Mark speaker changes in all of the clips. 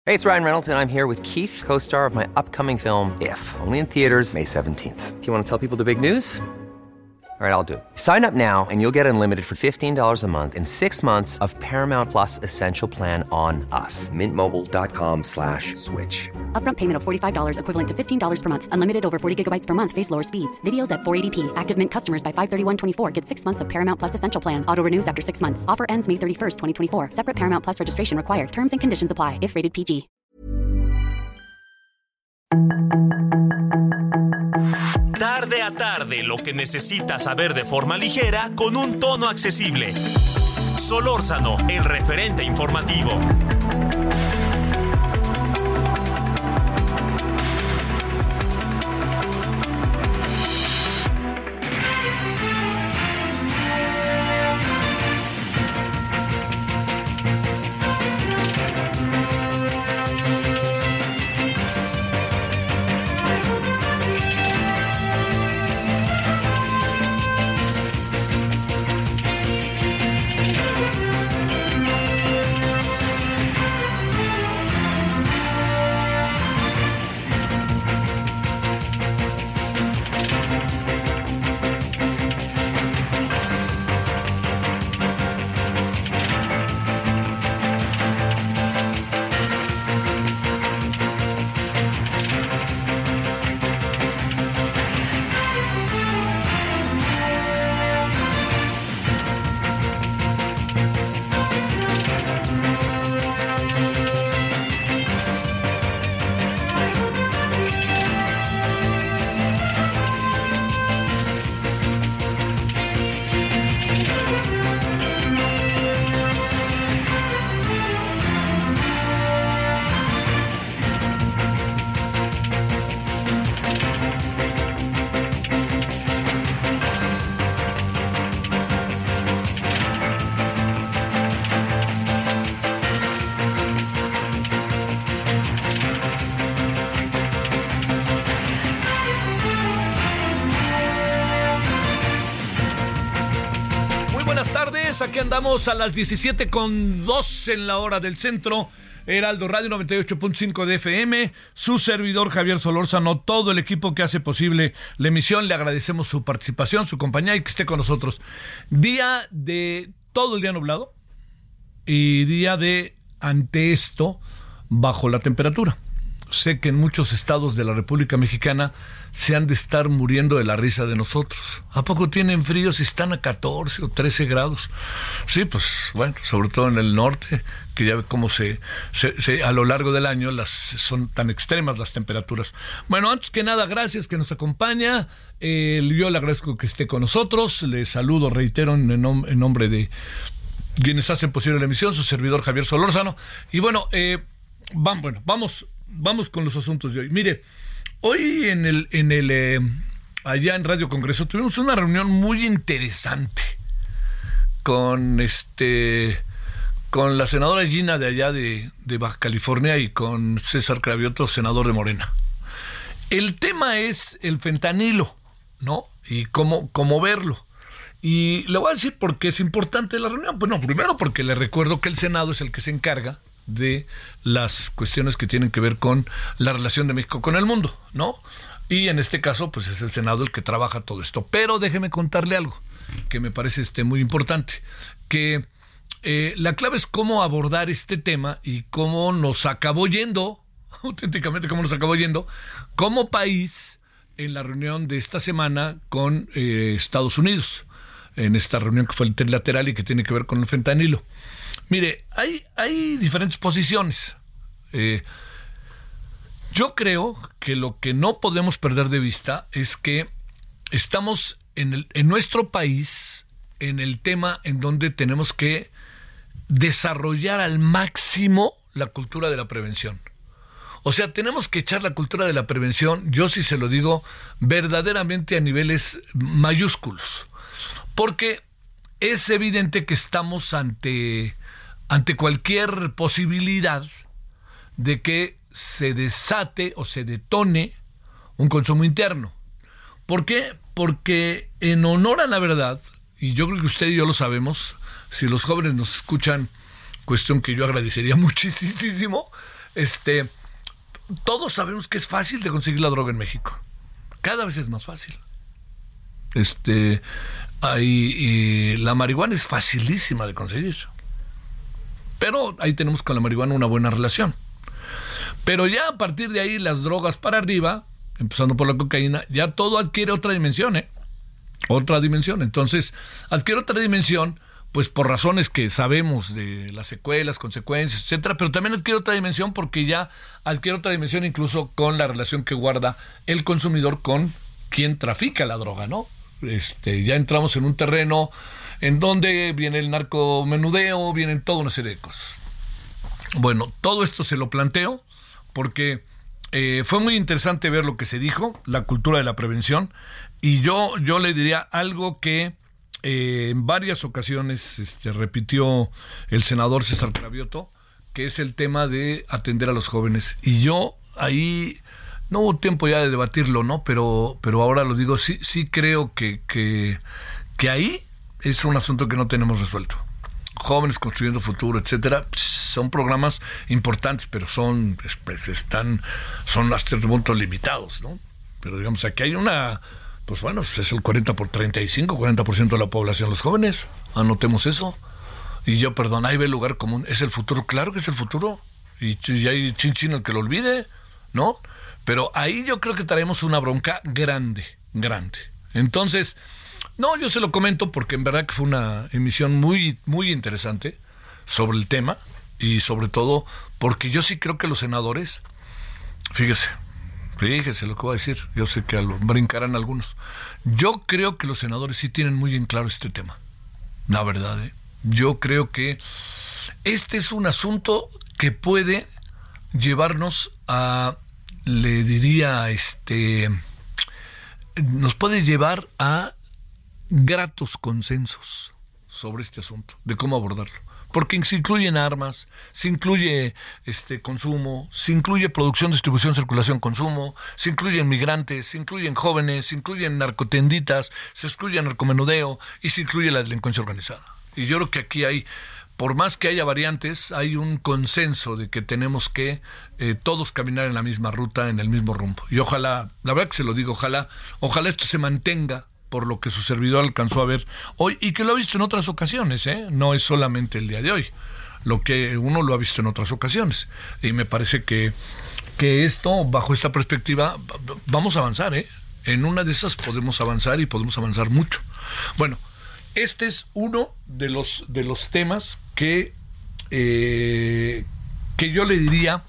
Speaker 1: Hey, it's Ryan Reynolds, and I'm here with Keith, co-star of my upcoming film, If, only in theaters May 17th. Do you want to tell people the big news? All right, I'll do it. Sign up now and you'll get unlimited for $15 a month and 6 months of Paramount Plus Essential Plan on us. MintMobile.com/switch.
Speaker 2: Upfront payment of $45 equivalent to $15 per month. Unlimited over 40 gigabytes per month. Face lower speeds. Videos at 480p. Active Mint customers by 531.24 get 6 months of Paramount Plus Essential Plan. Auto renews after 6 months. Offer ends May 31st, 2024. Separate Paramount Plus registration required. Terms and conditions apply if rated PG.
Speaker 3: Tarde a tarde, lo que necesitas saber de forma ligera con un tono accesible. Solórzano, el referente informativo.
Speaker 4: Aquí andamos a las 17:02 en la hora del centro. Heraldo Radio 98.5 de FM, su servidor Javier Solórzano, todo el equipo que hace posible la emisión. Le agradecemos su participación, su compañía y que esté con nosotros. Día de todo el día nublado y día de, ante esto, bajo la temperatura. Sé que en muchos estados de la República Mexicana se han de estar muriendo de la risa de nosotros. ¿A poco tienen frío si están a 14 o 13 grados? Sí, pues bueno, sobre todo en el norte, que ya ve cómo se a lo largo del año son tan extremas las temperaturas. Bueno, antes que nada, gracias que nos acompaña. Yo le agradezco que esté con nosotros. Le saludo, reitero, en nombre de quienes hacen posible la emisión, su servidor Javier Solórzano. Y bueno, Vamos con los asuntos de hoy. Mire, hoy allá en Radio Congreso tuvimos una reunión muy interesante con la senadora Gina de allá de Baja California y con César Cravioto, senador de Morena. El tema es el fentanilo, ¿no? Y cómo verlo. Y le voy a decir por qué es importante la reunión. Bueno, primero porque le recuerdo que el Senado es el que se encarga de las cuestiones que tienen que ver con la relación de México con el mundo, ¿no? Y en este caso, pues es el Senado el que trabaja todo esto. Pero déjeme contarle algo que me parece muy importante, que la clave es cómo abordar este tema y cómo nos acabó yendo, auténticamente cómo nos acabó yendo, como país en la reunión de esta semana con Estados Unidos, en esta reunión que fue el trilateral y que tiene que ver con el fentanilo. Mire, hay diferentes posiciones. Yo creo que lo que no podemos perder de vista es que estamos en nuestro país en el tema en donde tenemos que desarrollar al máximo la cultura de la prevención. O sea, tenemos que echar la cultura de la prevención, yo sí se lo digo, verdaderamente a niveles mayúsculos. Porque es evidente que estamos ante cualquier posibilidad de que se desate o se detone un consumo interno. ¿Por qué? Porque en honor a la verdad, y yo creo que usted y yo lo sabemos, si los jóvenes nos escuchan, cuestión que yo agradecería muchísimo, todos sabemos que es fácil de conseguir la droga en México. Cada vez es más fácil. La marihuana es facilísima de conseguir. Pero ahí tenemos con la marihuana una buena relación. Pero ya a partir de ahí, las drogas para arriba, empezando por la cocaína, ya todo adquiere otra dimensión, Otra dimensión. Entonces, adquiere otra dimensión, pues por razones que sabemos de las secuelas, consecuencias, etcétera, pero también adquiere otra dimensión porque ya adquiere otra dimensión incluso con la relación que guarda el consumidor con quien trafica la droga, ¿no? Ya entramos en un terreno en donde viene el narcomenudeo, vienen toda una serie de cosas. Bueno, todo esto se lo planteo porque fue muy interesante ver lo que se dijo, la cultura de la prevención, y yo le diría algo que en varias ocasiones repitió el senador César Cravioto, que es el tema de atender a los jóvenes. Y yo ahí no hubo tiempo ya de debatirlo, ¿no? Pero ahora lo digo, sí creo que ahí es un asunto que no tenemos resuelto. Jóvenes construyendo futuro, etcétera, son programas importantes, pero son hasta cierto punto limitados, ¿no? Pero digamos, aquí hay pues bueno, es el 40% de la población, los jóvenes, anotemos eso. Y yo, perdón, ahí ve el lugar común, ¿es el futuro? Claro que es el futuro, y hay chin el que lo olvide, ¿no? Pero ahí yo creo que traemos una bronca grande. Entonces, no, yo se lo comento porque en verdad que fue una emisión muy, muy interesante sobre el tema, y sobre todo porque yo sí creo que los senadores, fíjese lo que voy a decir, yo sé que brincarán algunos. Yo creo que los senadores sí tienen muy en claro este tema, la verdad, Yo creo que este es un asunto que puede llevarnos le diría, nos puede llevar a gratos consensos sobre este asunto, de cómo abordarlo. Porque se incluyen armas, se incluye consumo, se incluye producción, distribución, circulación, consumo, se incluyen migrantes, se incluyen jóvenes, se incluyen narcotenditas, se incluye narcomenudeo y se incluye la delincuencia organizada. Y yo creo que aquí por más que haya variantes, hay un consenso de que tenemos que todos caminar en la misma ruta, en el mismo rumbo. Y ojalá, la verdad que se lo digo, ojalá esto se mantenga, por lo que su servidor alcanzó a ver hoy, y que lo ha visto en otras ocasiones, no es solamente el día de hoy, lo que uno lo ha visto en otras ocasiones, y me parece que esto, bajo esta perspectiva, vamos a avanzar, en una de esas podemos avanzar, y podemos avanzar mucho. Bueno, este es uno de los temas que yo le diría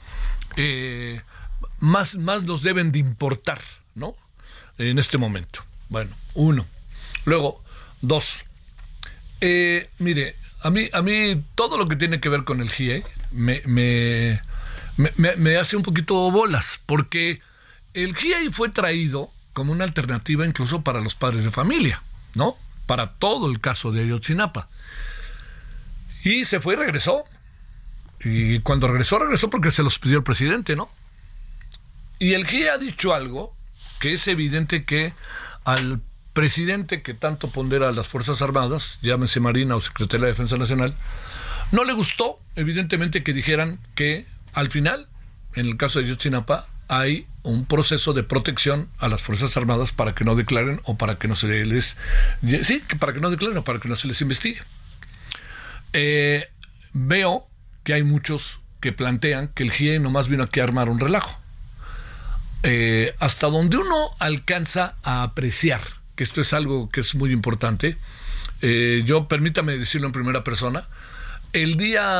Speaker 4: más nos deben de importar, ¿no? En este momento. Bueno, 1. Luego, 2. Mire, a mí todo lo que tiene que ver con el GIEI me hace un poquito bolas, porque el GIEI fue traído como una alternativa incluso para los padres de familia, ¿no? Para todo el caso de Ayotzinapa. Y se fue y regresó. Y cuando regresó porque se los pidió el presidente, ¿no? Y el GIEI ha dicho algo que es evidente que al presidente que tanto pondera a las Fuerzas Armadas, llámese Marina o Secretaría de Defensa Nacional, no le gustó, evidentemente, que dijeran que al final, en el caso de Ayotzinapa, hay un proceso de protección a las Fuerzas Armadas para que no declaren o para que no se les... Sí, para que no declaren o para que no se les investigue. Veo que hay muchos que plantean que el GIEI nomás vino aquí a armar un relajo. Hasta donde uno alcanza a apreciar, que esto es algo que es muy importante, yo permítame decirlo en primera persona, el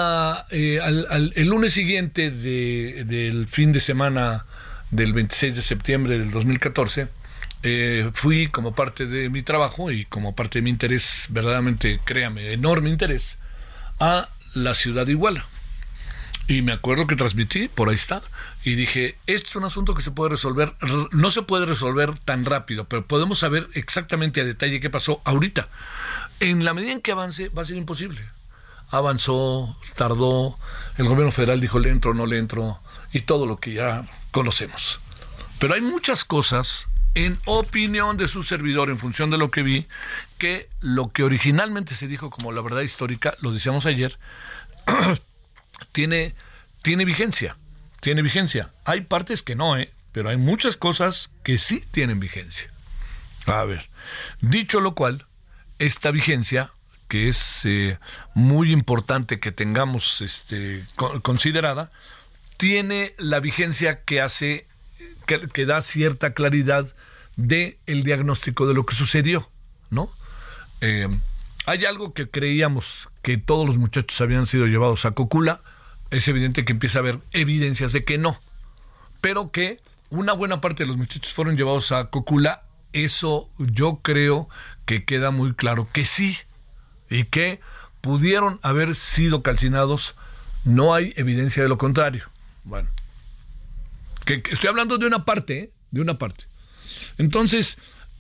Speaker 4: lunes siguiente del fin de semana del 26 de septiembre del 2014, fui como parte de mi trabajo y como parte de mi interés, verdaderamente, créame, enorme interés, a la ciudad de Iguala. Y me acuerdo que transmití, por ahí está, y dije, este es un asunto que se puede resolver, no se puede resolver tan rápido, pero podemos saber exactamente a detalle qué pasó ahorita. En la medida en que avance, va a ser imposible. Avanzó, tardó, el gobierno federal dijo, le entro, no le entro, y todo lo que ya conocemos. Pero hay muchas cosas, en opinión de su servidor, en función de lo que vi, que lo que originalmente se dijo como la verdad histórica, lo decíamos ayer, tiene vigencia. tiene vigencia. Hay partes que no, pero hay muchas cosas que sí tienen vigencia. A ver, dicho lo cual, esta vigencia, que es muy importante que tengamos considerada, tiene la vigencia que hace, que da cierta claridad de el diagnóstico de lo que sucedió, ¿no? Hay algo que creíamos que todos los muchachos habían sido llevados a Cocula. Es evidente que empieza a haber evidencias de que no, pero que una buena parte de los muchachos fueron llevados a Cocula. Eso yo creo que queda muy claro que sí, y que pudieron haber sido calcinados. No hay evidencia de lo contrario. Bueno, que estoy hablando de una parte, de una parte. Entonces,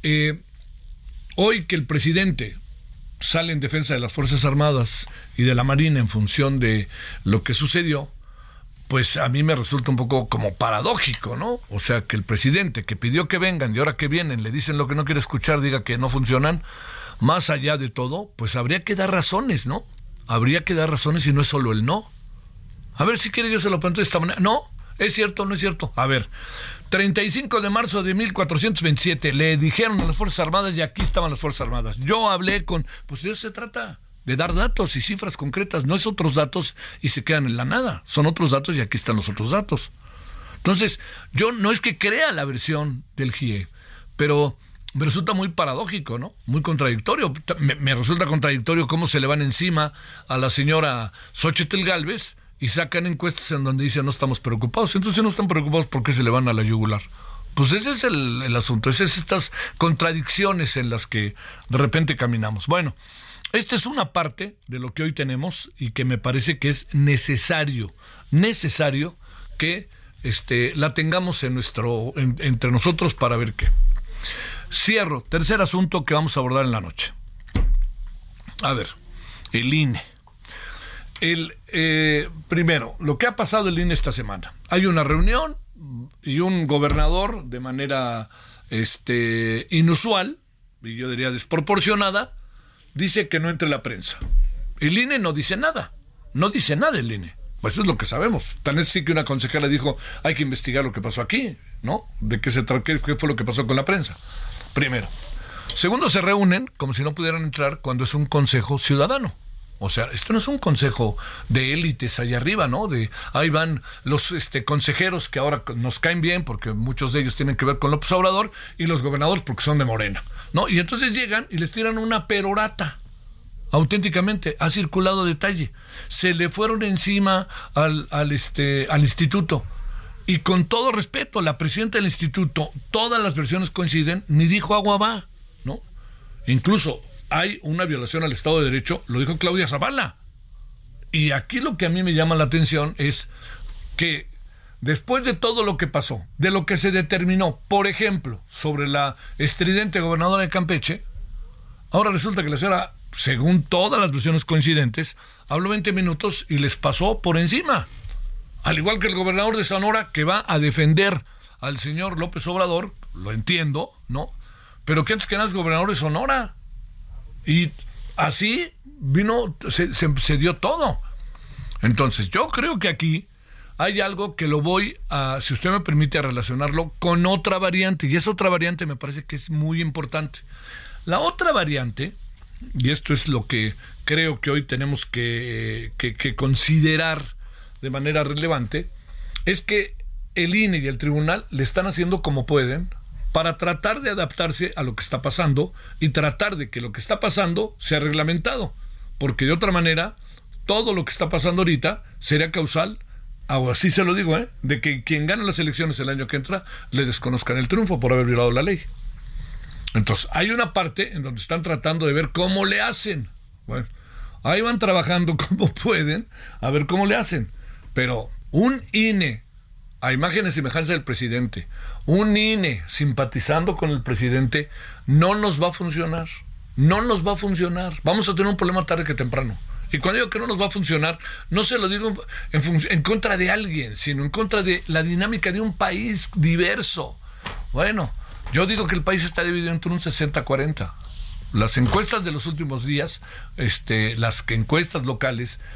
Speaker 4: hoy que el presidente sale en defensa de las Fuerzas Armadas y de la Marina en función de lo que sucedió, pues a mí me resulta un poco como paradójico, ¿no? O sea, que el presidente que pidió que vengan y ahora que vienen le dicen lo que no quiere escuchar, diga que no funcionan. Más allá de todo, pues habría que dar razones, ¿no? Habría que dar razones y no es solo el no. A ver, si quiere yo se lo planteo de esta manera. No, ¿es cierto o no es cierto? A ver, 35 de marzo de 1427, le dijeron a las Fuerzas Armadas y aquí estaban las Fuerzas Armadas. Yo hablé con... Pues de eso se trata, de dar datos y cifras concretas. No es otros datos y se quedan en la nada. Son otros datos y aquí están los otros datos. Entonces, yo no es que crea la versión del GIE, pero me resulta muy paradójico, ¿no? Muy contradictorio. Me resulta contradictorio cómo se le van encima a la señora Xóchitl Gálvez y sacan encuestas en donde dicen no estamos preocupados. Entonces, si no están preocupados, ¿por qué se le van a la yugular? Pues ese es el asunto, esas estas contradicciones en las que de repente caminamos. Bueno, esta es una parte de lo que hoy tenemos y que me parece que es necesario que la tengamos entre nosotros para ver qué. Cierro, tercer asunto que vamos a abordar en la noche. A ver, el INE. Primero, lo que ha pasado el INE esta semana. Hay una reunión y un gobernador, de manera inusual, y yo diría desproporcionada, dice que no entre la prensa. El INE no dice nada. No dice nada el INE. Pues eso es lo que sabemos. Tan es así que una consejera dijo, hay que investigar lo que pasó aquí, ¿no? De qué fue lo que pasó con la prensa. Primero. Segundo, se reúnen como si no pudieran entrar cuando es un consejo ciudadano. O sea, esto no es un consejo de élites allá arriba, ¿no? Ahí van los consejeros que ahora nos caen bien porque muchos de ellos tienen que ver con López Obrador y los gobernadores porque son de Morena, ¿no? Y entonces llegan y les tiran una perorata. Auténticamente, ha circulado detalle. Se le fueron encima al instituto. Y con todo respeto, la presidenta del instituto, todas las versiones coinciden, ni dijo agua va, ¿no? Incluso hay una violación al Estado de Derecho, lo dijo Claudia Zavala. Y aquí lo que a mí me llama la atención es que después de todo lo que pasó, de lo que se determinó, por ejemplo, sobre la estridente gobernadora de Campeche, ahora resulta que la señora, según todas las versiones coincidentes, habló 20 minutos y les pasó por encima. Al igual que el gobernador de Sonora, que va a defender al señor López Obrador, lo entiendo, ¿no? Pero que antes que nada es gobernador de Sonora. Y así se dio todo. Entonces, yo creo que aquí hay algo que lo voy a, si usted me permite, a relacionarlo con otra variante. Y esa otra variante me parece que es muy importante. La otra variante, y esto es lo que creo que hoy tenemos que considerar de manera relevante, es que el INE y el tribunal le están haciendo como pueden para tratar de adaptarse a lo que está pasando y tratar de que lo que está pasando sea reglamentado, porque de otra manera todo lo que está pasando ahorita sería causal, o así se lo digo, de que quien gane las elecciones el año que entra le desconozcan el triunfo por haber violado la ley. Entonces hay una parte en donde están tratando de ver cómo le hacen. Bueno, ahí van trabajando como pueden a ver cómo le hacen, pero un INE a imagen y semejanza del presidente, un INE simpatizando con el presidente, no nos va a funcionar. No nos va a funcionar. Vamos a tener un problema tarde que temprano. Y cuando digo que no nos va a funcionar, no se lo digo en contra de alguien, sino en contra de la dinámica de un país diverso. Bueno, yo digo que el país está dividido entre un 60-40. Las encuestas de los últimos días, las encuestas locales,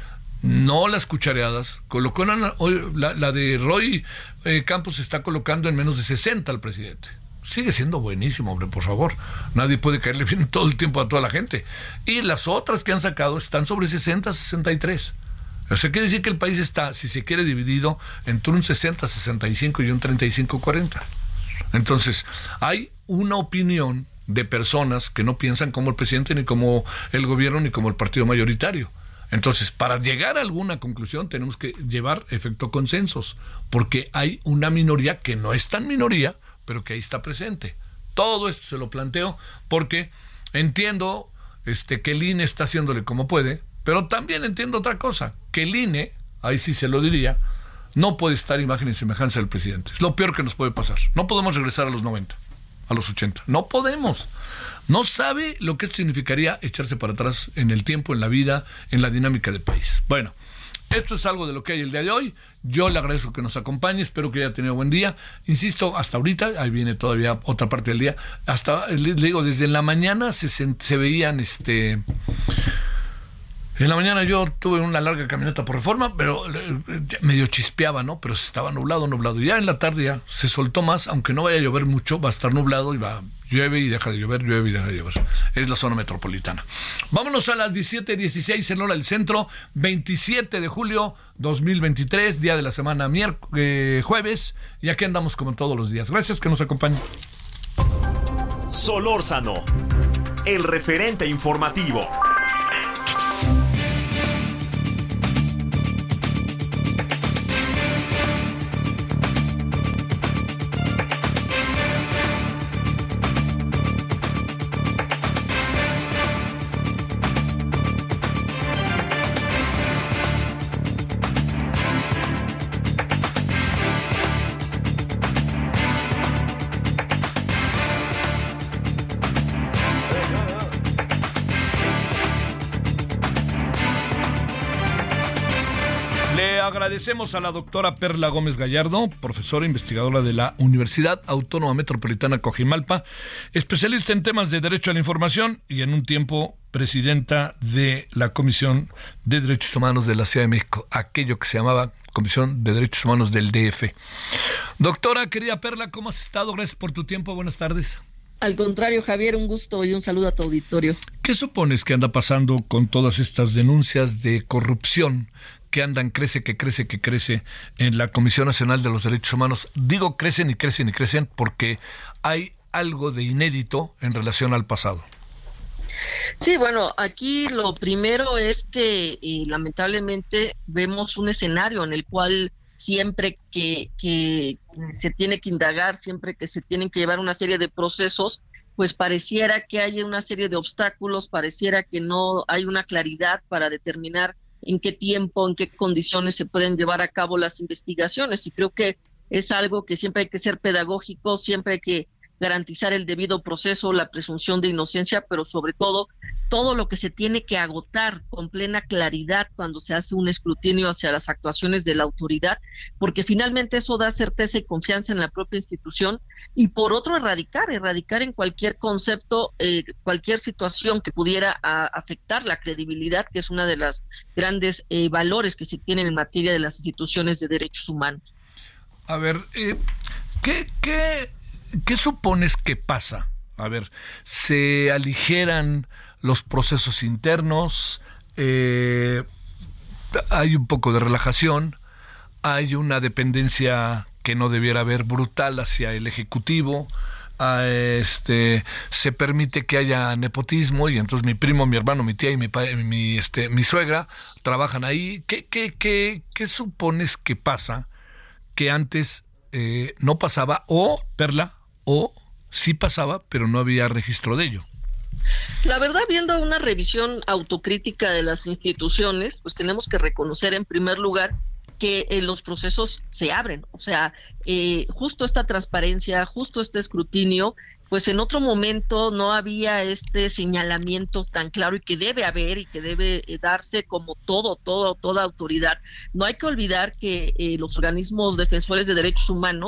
Speaker 4: no las cuchareadas. Colocó la de Roy Campos, se está colocando en menos de 60 al presidente. Sigue siendo buenísimo, hombre, por favor. Nadie puede caerle bien todo el tiempo a toda la gente. Y las otras que han sacado están sobre 60, 63. O sea, quiere decir que el país está, si se quiere, dividido entre un 60-65 y un 35-40. Entonces, hay una opinión de personas que no piensan como el presidente, ni como el gobierno, ni como el partido mayoritario. Entonces, para llegar a alguna conclusión tenemos que llevar efecto consensos, porque hay una minoría que no es tan minoría, pero que ahí está presente. Todo esto se lo planteo porque entiendo que el INE está haciéndole como puede, pero también entiendo otra cosa, que el INE, ahí sí se lo diría, no puede estar imagen y semejanza del presidente. Es lo peor que nos puede pasar. No podemos regresar a los 90, a los 80. No podemos. No sabe lo que significaría echarse para atrás en el tiempo, en la vida, en la dinámica del país. Bueno, esto es algo de lo que hay el día de hoy. Yo le agradezco que nos acompañe, espero que haya tenido buen día. Insisto, hasta ahorita, ahí viene todavía otra parte del día. Hasta, le digo, desde la mañana se veían En la mañana yo tuve una larga caminata por Reforma, pero medio chispeaba, ¿no? Pero estaba nublado. Y ya en la tarde ya se soltó más, aunque no vaya a llover mucho, va a estar nublado y llueve y deja de llover, llueve y deja de llover. Es la zona metropolitana. Vámonos a las 17:16 en hora del centro, 27 de julio 2023, día de la semana jueves, y aquí andamos como todos los días. Gracias que nos acompañen.
Speaker 3: Solórzano, el referente informativo.
Speaker 4: Agradecemos a la doctora Perla Gómez Gallardo, profesora investigadora de la Universidad Autónoma Metropolitana Coajimalpa, especialista en temas de derecho a la información y en un tiempo presidenta de la Comisión de Derechos Humanos de la Ciudad de México, aquello que se llamaba Comisión de Derechos Humanos del DF. Doctora, querida Perla, ¿cómo has estado? Gracias por tu tiempo, buenas tardes.
Speaker 5: Al contrario, Javier, un gusto y un saludo a tu auditorio.
Speaker 4: ¿Qué supones que anda pasando con todas estas denuncias de corrupción que andan crece en la Comisión Nacional de los Derechos Humanos? Digo crecen y crecen porque hay algo de inédito en relación al pasado.
Speaker 5: Sí, bueno, aquí lo primero es que lamentablemente vemos un escenario en el cual siempre que se tiene que indagar, siempre que se tienen que llevar una serie de procesos, pues pareciera que hay una serie de obstáculos, pareciera que no hay una claridad para determinar en qué tiempo, en qué condiciones se pueden llevar a cabo las investigaciones. Y creo que es algo que siempre hay que ser pedagógico, siempre hay que garantizar el debido proceso, la presunción de inocencia, pero sobre todo lo que se tiene que agotar con plena claridad cuando se hace un escrutinio hacia las actuaciones de la autoridad, porque finalmente eso da certeza y confianza en la propia institución, y por otro erradicar en cualquier concepto, cualquier situación que pudiera afectar la credibilidad, que es una de las grandes valores que se tienen en materia de las instituciones de derechos humanos.
Speaker 4: A ver, ¿qué supones que pasa? A ver, ¿se aligeran los procesos internos? Hay un poco de relajación, hay una dependencia que no debiera haber brutal hacia el Ejecutivo, se permite que haya nepotismo y entonces mi primo, mi hermano, mi tía y mi suegra trabajan ahí. ¿Qué supones que pasa que antes no pasaba, o Perla, o sí pasaba pero no había registro de ello?
Speaker 5: La verdad, viendo una revisión autocrítica de las instituciones, pues tenemos que reconocer en primer lugar que los procesos se abren, o sea, justo esta transparencia, justo este escrutinio, pues en otro momento no había este señalamiento tan claro, y que debe haber y que debe darse como toda autoridad. No hay que olvidar que los organismos defensores de derechos humanos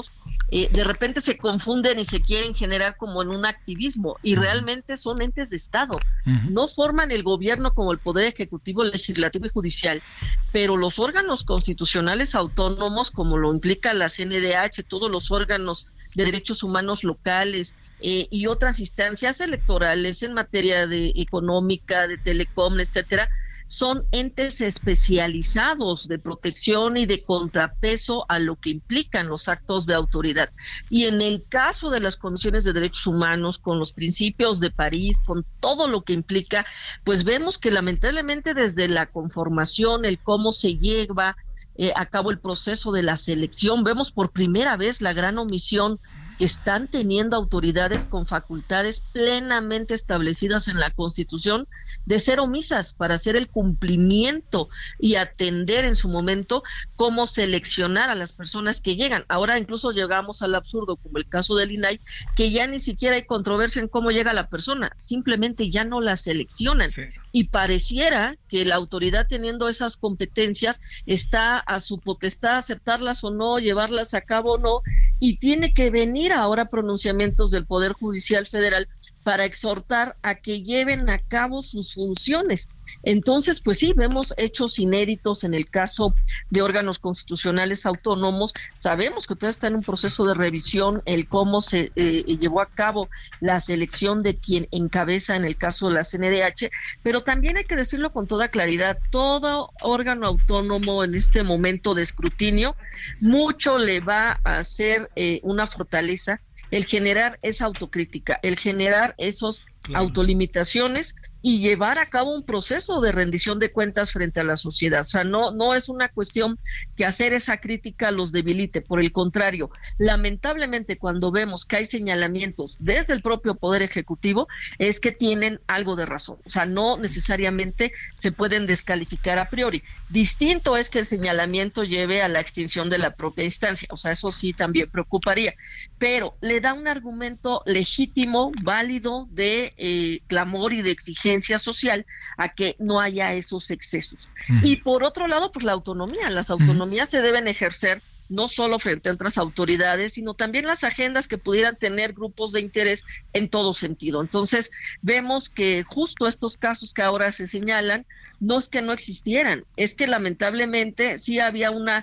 Speaker 5: de repente se confunden y se quieren generar como en un activismo, y realmente son entes de Estado. No forman el gobierno como el Poder Ejecutivo, Legislativo y Judicial, pero los órganos constitucionales autónomos, como lo implica la CNDH, todos los órganos de derechos humanos locales y otras instancias electorales en materia de económica, de telecom, etcétera, son entes especializados de protección y de contrapeso a lo que implican los actos de autoridad. Y en el caso de las comisiones de derechos humanos, con los principios de París, con todo lo que implica, pues vemos que lamentablemente desde la conformación, el cómo se lleva a cabo el proceso de la selección, vemos por primera vez la gran omisión que están teniendo autoridades con facultades plenamente establecidas en la Constitución de ser omisas para hacer el cumplimiento y atender en su momento cómo seleccionar a las personas que llegan. Ahora incluso llegamos al absurdo, como el caso del INAI, que ya ni siquiera hay controversia en cómo llega la persona, simplemente ya no la seleccionan. Sí. Y pareciera que la autoridad, teniendo esas competencias, está a su potestad aceptarlas o no, llevarlas a cabo o no, y tiene que venir ahora pronunciamientos del Poder Judicial Federal para exhortar a que lleven a cabo sus funciones. Entonces, pues sí, vemos hechos inéditos en el caso de órganos constitucionales autónomos. Sabemos que todavía está en un proceso de revisión el cómo se llevó a cabo la selección de quien encabeza en el caso de la CNDH, pero también hay que decirlo con toda claridad, todo órgano autónomo en este momento de escrutinio, mucho le va a hacer una fortaleza el generar esa autocrítica, el generar esos autolimitaciones y llevar a cabo un proceso de rendición de cuentas frente a la sociedad. O sea, no es una cuestión que hacer esa crítica los debilite, por el contrario, lamentablemente cuando vemos que hay señalamientos desde el propio Poder Ejecutivo, es que tienen algo de razón. O sea, no necesariamente se pueden descalificar a priori. Distinto es que el señalamiento lleve a la extinción de la propia instancia. O sea, eso sí también preocuparía. Pero le da un argumento legítimo, válido, de clamor y de exigencia social a que no haya esos excesos. Y por otro lado, pues la autonomía. Las autonomías se deben ejercer no solo frente a otras autoridades, sino también las agendas que pudieran tener grupos de interés en todo sentido. Entonces, vemos que justo estos casos que ahora se señalan, no es que no existieran, es que lamentablemente sí había una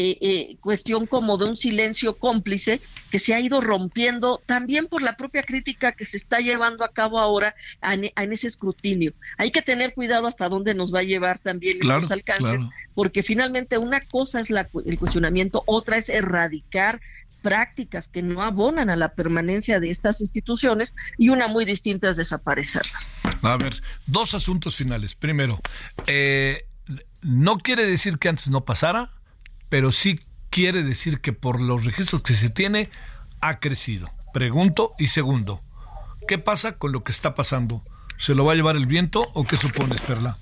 Speaker 5: cuestión como de un silencio cómplice que se ha ido rompiendo también por la propia crítica que se está llevando a cabo ahora en ese escrutinio. Hay que tener cuidado hasta dónde nos va a llevar también los alcances, porque finalmente una cosa es el cuestionamiento, otra es erradicar prácticas que no abonan a la permanencia de estas instituciones, y una muy distinta es desaparecerlas.
Speaker 4: A ver, dos asuntos finales. Primero, no quiere decir que antes no pasara, pero sí quiere decir que por los registros que se tiene ha crecido. Pregunto. Y segundo, ¿qué pasa con lo que está pasando? ¿Se lo va a llevar el viento o qué supones, Perla?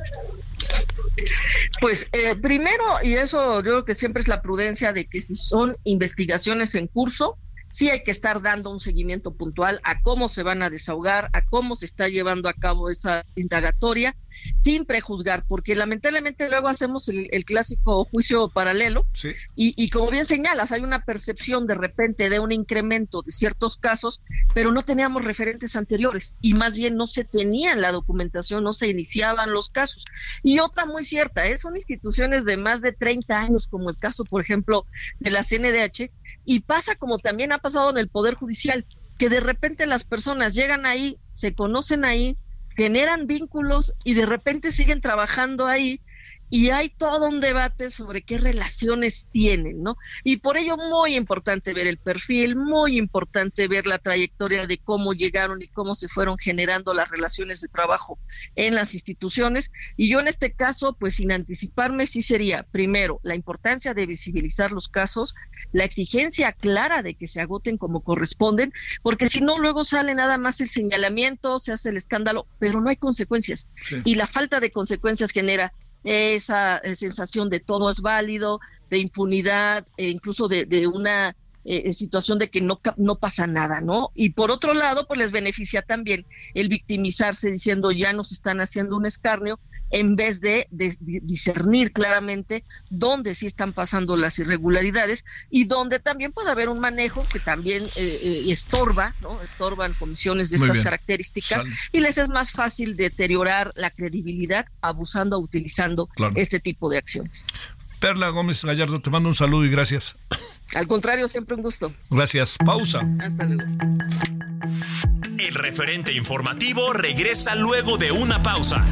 Speaker 5: Pues primero, y eso yo creo que siempre es la prudencia de que si son investigaciones en curso, sí hay que estar dando un seguimiento puntual a cómo se van a desahogar, a cómo se está llevando a cabo esa indagatoria, sin prejuzgar, porque lamentablemente luego hacemos el clásico juicio paralelo, sí. y como bien señalas, hay una percepción de repente de un incremento de ciertos casos, pero no teníamos referentes anteriores, y más bien no se tenía la documentación, no se iniciaban los casos. Y otra muy cierta, son instituciones de más de 30 años, como el caso, por ejemplo, de la CNDH, y pasa como también ha pasado en el Poder Judicial, que de repente las personas llegan ahí, se conocen ahí, generan vínculos y de repente siguen trabajando ahí, y hay todo un debate sobre qué relaciones tienen, ¿no? Y por ello muy importante ver el perfil, muy importante ver la trayectoria de cómo llegaron y cómo se fueron generando las relaciones de trabajo en las instituciones. Y yo en este caso, pues sin anticiparme, sí sería, primero, la importancia de visibilizar los casos, la exigencia clara de que se agoten como corresponden, porque si no, luego sale nada más el señalamiento, se hace el escándalo, pero no hay consecuencias. Sí. Y la falta de consecuencias genera esa sensación de todo es válido, de impunidad, incluso de una situación de que no pasa nada, ¿no? Y por otro lado, pues les beneficia también el victimizarse diciendo ya nos están haciendo un escarnio, en vez de discernir claramente dónde sí están pasando las irregularidades y dónde también puede haber un manejo que también estorba, ¿no? Estorban comisiones de estas características y les es más fácil deteriorar la credibilidad abusando o utilizando este tipo de acciones.
Speaker 4: Perla Gómez Gallardo, te mando un saludo y gracias.
Speaker 5: Al contrario, siempre un gusto.
Speaker 4: Gracias. Pausa.
Speaker 5: Hasta luego.
Speaker 3: El referente informativo regresa luego de una pausa.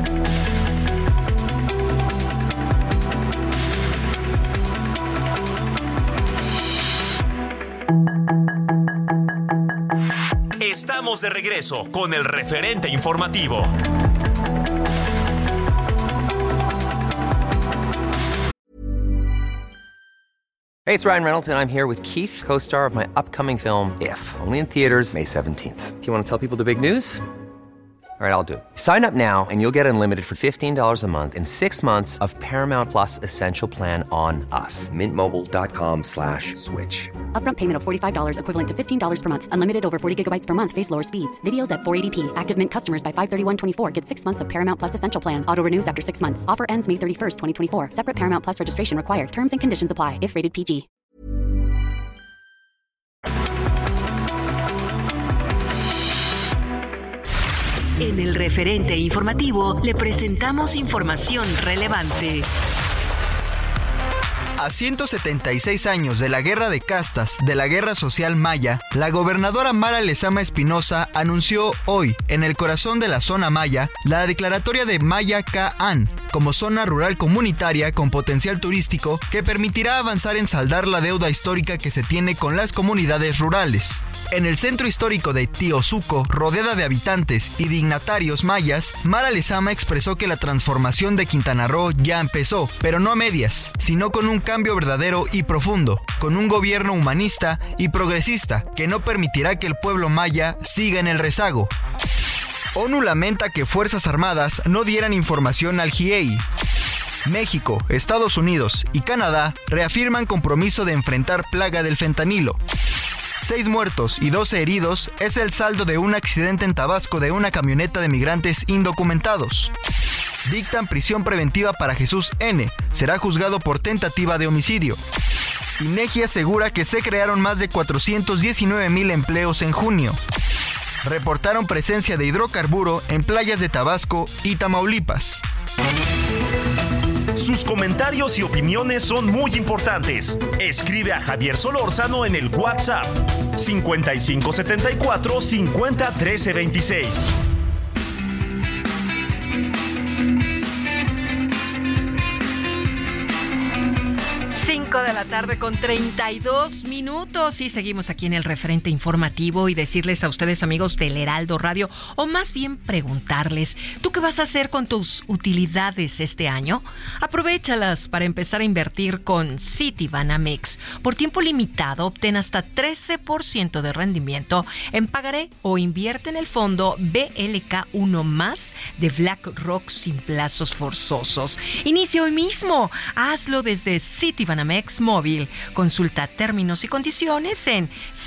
Speaker 3: Estamos de regreso con el referente informativo.
Speaker 1: Hey, it's Ryan Reynolds, and I'm here with Keith, co-star of my upcoming film, If, only in theaters May 17th. Do you want to tell people the big news? All right, I'll do it. Sign up now and you'll get unlimited for $15 a month and 6 months of Paramount Plus Essential Plan on us. MintMobile.com/switch.
Speaker 2: Upfront payment of $45 equivalent to $15 per month. Unlimited over 40 gigabytes per month. Face lower speeds. Videos at 480p. Active Mint customers by 531.24 get 6 months of Paramount Plus Essential Plan. Auto renews after 6 months. Offer ends May 31st, 2024. Separate Paramount Plus registration required. Terms and conditions apply if rated PG.
Speaker 6: En el referente informativo le presentamos información relevante.
Speaker 7: A 176 años de la Guerra de Castas, de la Guerra Social Maya, la gobernadora Mara Lezama Espinosa anunció hoy, en el corazón de la zona maya, la declaratoria de Maya Ka-an como zona rural comunitaria con potencial turístico que permitirá avanzar en saldar la deuda histórica que se tiene con las comunidades rurales. En el centro histórico de Tiozuco, rodeada de habitantes y dignatarios mayas, Mara Lezama expresó que la transformación de Quintana Roo ya empezó, pero no a medias, sino con un cambio verdadero y profundo, con un gobierno humanista y progresista que no permitirá que el pueblo maya siga en el rezago. ONU lamenta que Fuerzas Armadas no dieran información al GIEI. México, Estados Unidos y Canadá reafirman compromiso de enfrentar plaga del fentanilo. 6 muertos y 12 heridos es el saldo de un accidente en Tabasco de una camioneta de migrantes indocumentados. Dictan prisión preventiva para Jesús N. Será juzgado por tentativa de homicidio. INEGI asegura que se crearon más de 419,000 empleos en junio. Reportaron presencia de hidrocarburo en playas de Tabasco y Tamaulipas.
Speaker 3: Sus comentarios y opiniones son muy importantes. Escribe a Javier Solórzano en el WhatsApp 5574 50 13 26.
Speaker 6: De la tarde con 32 minutos y seguimos aquí en el referente informativo y decirles a ustedes, amigos del Heraldo Radio, o más bien preguntarles, ¿tú qué vas a hacer con tus utilidades este año? Aprovéchalas para empezar a invertir con Citibanamex. Por tiempo limitado, obtén hasta 13% de rendimiento en pagaré o invierte en el fondo BLK1+ de BlackRock sin plazos forzosos. Inicia hoy mismo. Hazlo desde Citibanamex móvil. Consulta términos y condiciones en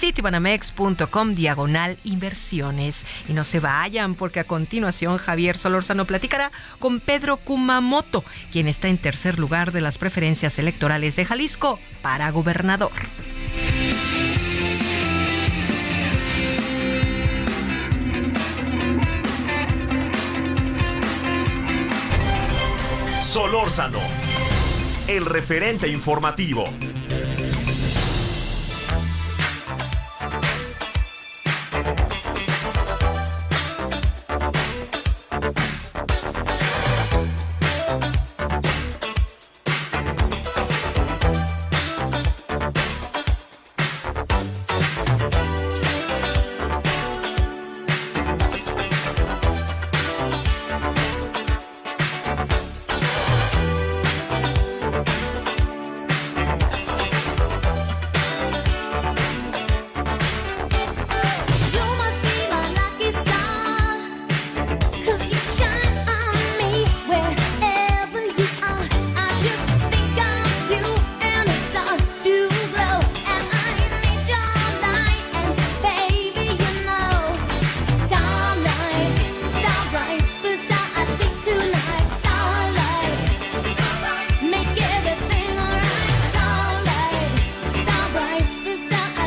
Speaker 6: citibanamex.com/inversiones. Y no se vayan, porque a continuación Javier Solórzano platicará con Pedro Kumamoto, quien está en tercer lugar de las preferencias electorales de Jalisco para gobernador.
Speaker 3: Solórzano, el referente informativo.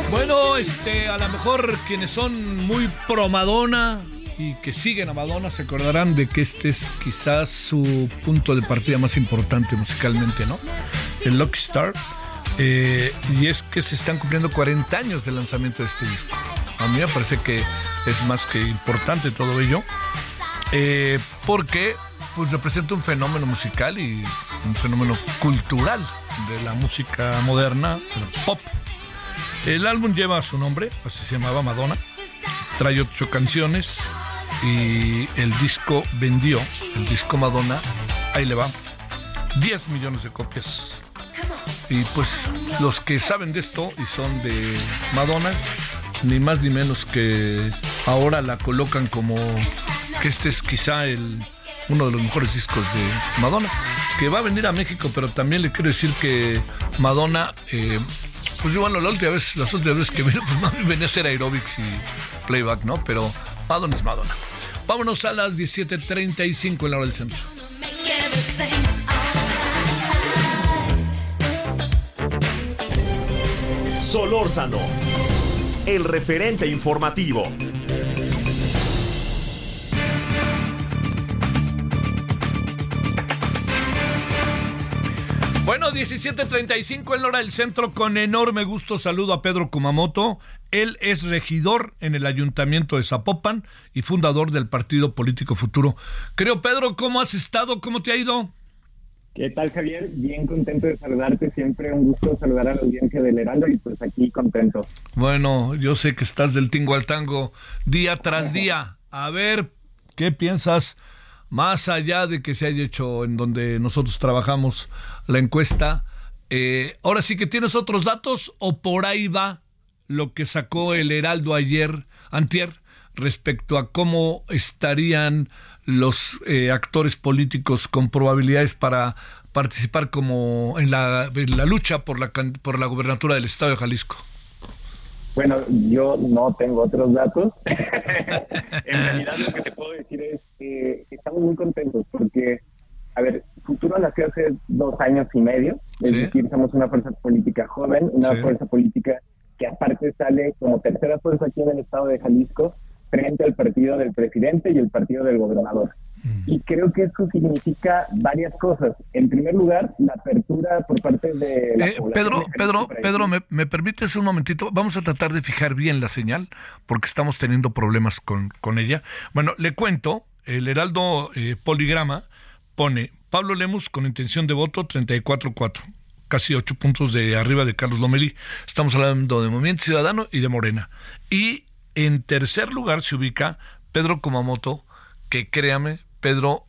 Speaker 4: Bueno, a lo mejor quienes son muy pro Madonna y que siguen a Madonna se acordarán de que este es quizás su punto de partida más importante musicalmente, ¿no? El Lucky Star. Y es que se están cumpliendo 40 años del lanzamiento de este disco. A mí me parece que es más que importante todo ello, porque pues representa un fenómeno musical y un fenómeno cultural de la música moderna, el pop. El álbum lleva su nombre, así se llamaba, Madonna. Trae 8 canciones y el disco Madonna, ahí le va, 10 millones de copias. Y pues los que saben de esto y son de Madonna, ni más ni menos que ahora la colocan como que este es quizá uno de los mejores discos de Madonna, que va a venir a México, pero también le quiero decir que Madonna, pues bueno, las últimas veces que vino, pues venía a hacer aerobics y playback, ¿no? Pero Madonna es Madonna. Vámonos a las 17:35 en la hora del centro.
Speaker 3: Solórzano, el referente informativo.
Speaker 4: Bueno, 17:35 en la hora del centro. Con enorme gusto saludo a Pedro Kumamoto. Él es regidor en el Ayuntamiento de Zapopan y fundador del Partido Político Futuro. Creo, Pedro, ¿cómo has estado? ¿Cómo te ha ido?
Speaker 8: ¿Qué tal, Javier? Bien contento de saludarte. Siempre un gusto saludar a la audiencia del Heraldo y pues aquí contento.
Speaker 4: Bueno, yo sé que estás del tingo al tango día tras día. A ver, ¿qué piensas? Más allá de que se haya hecho en donde nosotros trabajamos la encuesta, ¿ahora sí que tienes otros datos o por ahí va lo que sacó el Heraldo antier, respecto a cómo estarían los actores políticos con probabilidades para participar como en la lucha por la gobernatura del estado de Jalisco?
Speaker 8: Bueno, yo no tengo otros datos. En realidad lo que te puedo decir es que estamos muy contentos porque, a ver, Futuro nació hace 2 años y medio, es decir, somos una fuerza política joven, una fuerza política que aparte sale como tercera fuerza aquí en el estado de Jalisco frente al partido del presidente y el partido del gobernador. Y creo que eso significa varias cosas. En primer lugar, la apertura por parte de la población.
Speaker 4: Pedro, ¿me permites un momentito? Vamos a tratar de fijar bien la señal, porque estamos teniendo problemas con ella. Bueno, le cuento, el Heraldo Poligrama pone Pablo Lemus con intención de voto 34.4, casi 8 puntos de arriba de Carlos Lomelí. Estamos hablando de Movimiento Ciudadano y de Morena. Y en tercer lugar se ubica Pedro Kumamoto, que créame, Pedro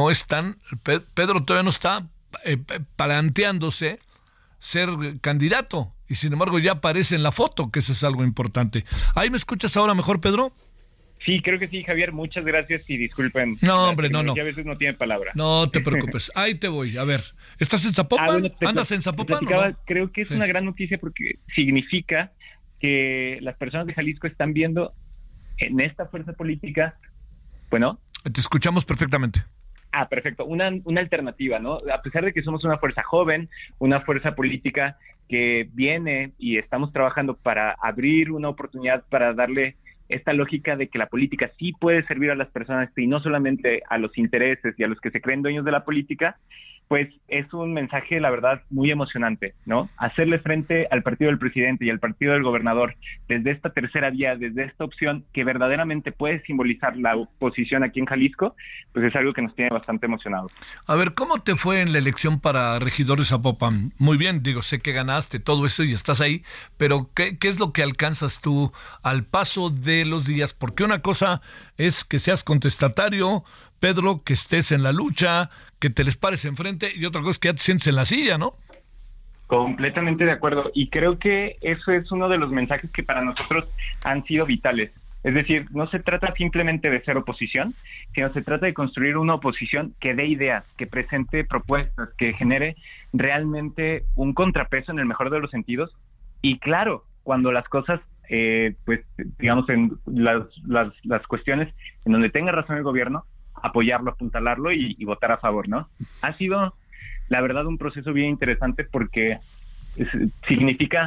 Speaker 4: todavía no está planteándose ser candidato y sin embargo ya aparece en la foto, que eso es algo importante. ¿Ahí me escuchas ahora mejor, Pedro?
Speaker 8: Sí, creo que sí, Javier, muchas gracias y disculpen.
Speaker 4: No, hombre, no.
Speaker 8: A veces no tiene palabra.
Speaker 4: No te preocupes, ahí te voy. A ver, ¿estás en Zapopan? ¿Andas en Zapopan?
Speaker 8: No? Creo que es una gran noticia porque significa que las personas de Jalisco están viendo en esta fuerza política, bueno...
Speaker 4: Te escuchamos perfectamente.
Speaker 8: Perfecto. Una alternativa, ¿no? A pesar de que somos una fuerza joven, una fuerza política que viene y estamos trabajando para abrir una oportunidad para darle esta lógica de que la política sí puede servir a las personas y no solamente a los intereses y a los que se creen dueños de la política, pues es un mensaje, la verdad, muy emocionante, ¿no? Hacerle frente al partido del presidente y al partido del gobernador desde esta tercera vía, desde esta opción que verdaderamente puede simbolizar la oposición aquí en Jalisco, pues es algo que nos tiene bastante emocionados.
Speaker 4: A ver, ¿cómo te fue en la elección para regidor de Zapopan? Muy bien, sé que ganaste todo eso y estás ahí, pero ¿qué es lo que alcanzas tú al paso de los días? Porque una cosa es que seas contestatario, Pedro, que estés en la lucha, que te les pares enfrente, y otra cosa es que ya te sientes en la silla, ¿no?
Speaker 8: Completamente de acuerdo, y creo que eso es uno de los mensajes que para nosotros han sido vitales. Es decir, no se trata simplemente de ser oposición, sino se trata de construir una oposición que dé ideas, que presente propuestas, que genere realmente un contrapeso en el mejor de los sentidos. Y claro, cuando las cosas, pues digamos, en las cuestiones en donde tenga razón el gobierno, apoyarlo, apuntalarlo y votar a favor, ¿no? Ha sido, la verdad, un proceso bien interesante porque significa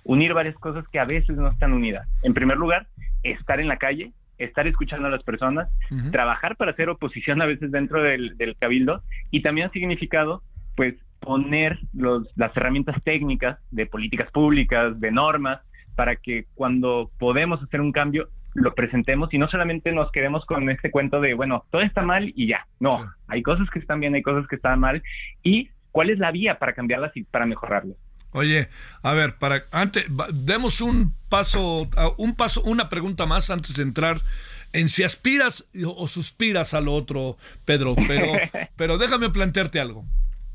Speaker 8: unir varias cosas que a veces no están unidas. En primer lugar, estar en la calle, estar escuchando a las personas, trabajar para hacer oposición a veces dentro del cabildo, y también ha significado pues poner las herramientas técnicas de políticas públicas, de normas, para que cuando podemos hacer un cambio lo presentemos y no solamente nos quedemos con este cuento de, bueno, todo está mal y ya. No, sí. Hay cosas que están bien, hay cosas que están mal, y cuál es la vía para cambiarlas y para mejorarlas.
Speaker 4: Oye, a ver, demos una pregunta más antes de entrar en si aspiras o suspiras a lo otro, Pedro, pero déjame plantearte algo.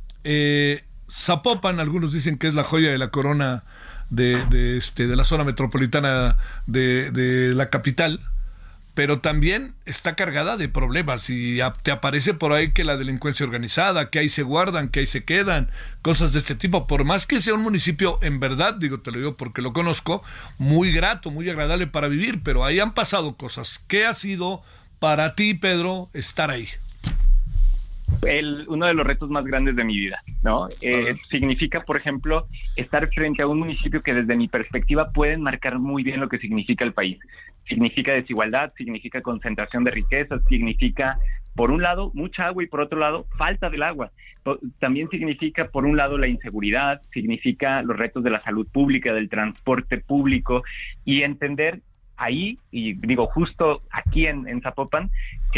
Speaker 4: Zapopan, algunos dicen que es la joya de la corona de la zona metropolitana de la capital, pero también está cargada de problemas y te aparece por ahí que la delincuencia organizada, que ahí se guardan, que ahí se quedan, cosas de este tipo. Por más que sea un municipio, en verdad, te lo digo porque lo conozco, muy grato, muy agradable para vivir, pero ahí han pasado cosas. ¿Qué ha sido para ti, Pedro, estar ahí?
Speaker 8: Uno de los retos más grandes de mi vida, ¿no? Significa, por ejemplo, estar frente a un municipio que desde mi perspectiva pueden marcar muy bien lo que significa el país. Significa desigualdad, significa concentración de riquezas, significa, por un lado, mucha agua y por otro lado, falta del agua. También significa, por un lado, la inseguridad, significa los retos de la salud pública, del transporte público, y entender ahí, y digo, justo aquí en Zapopan,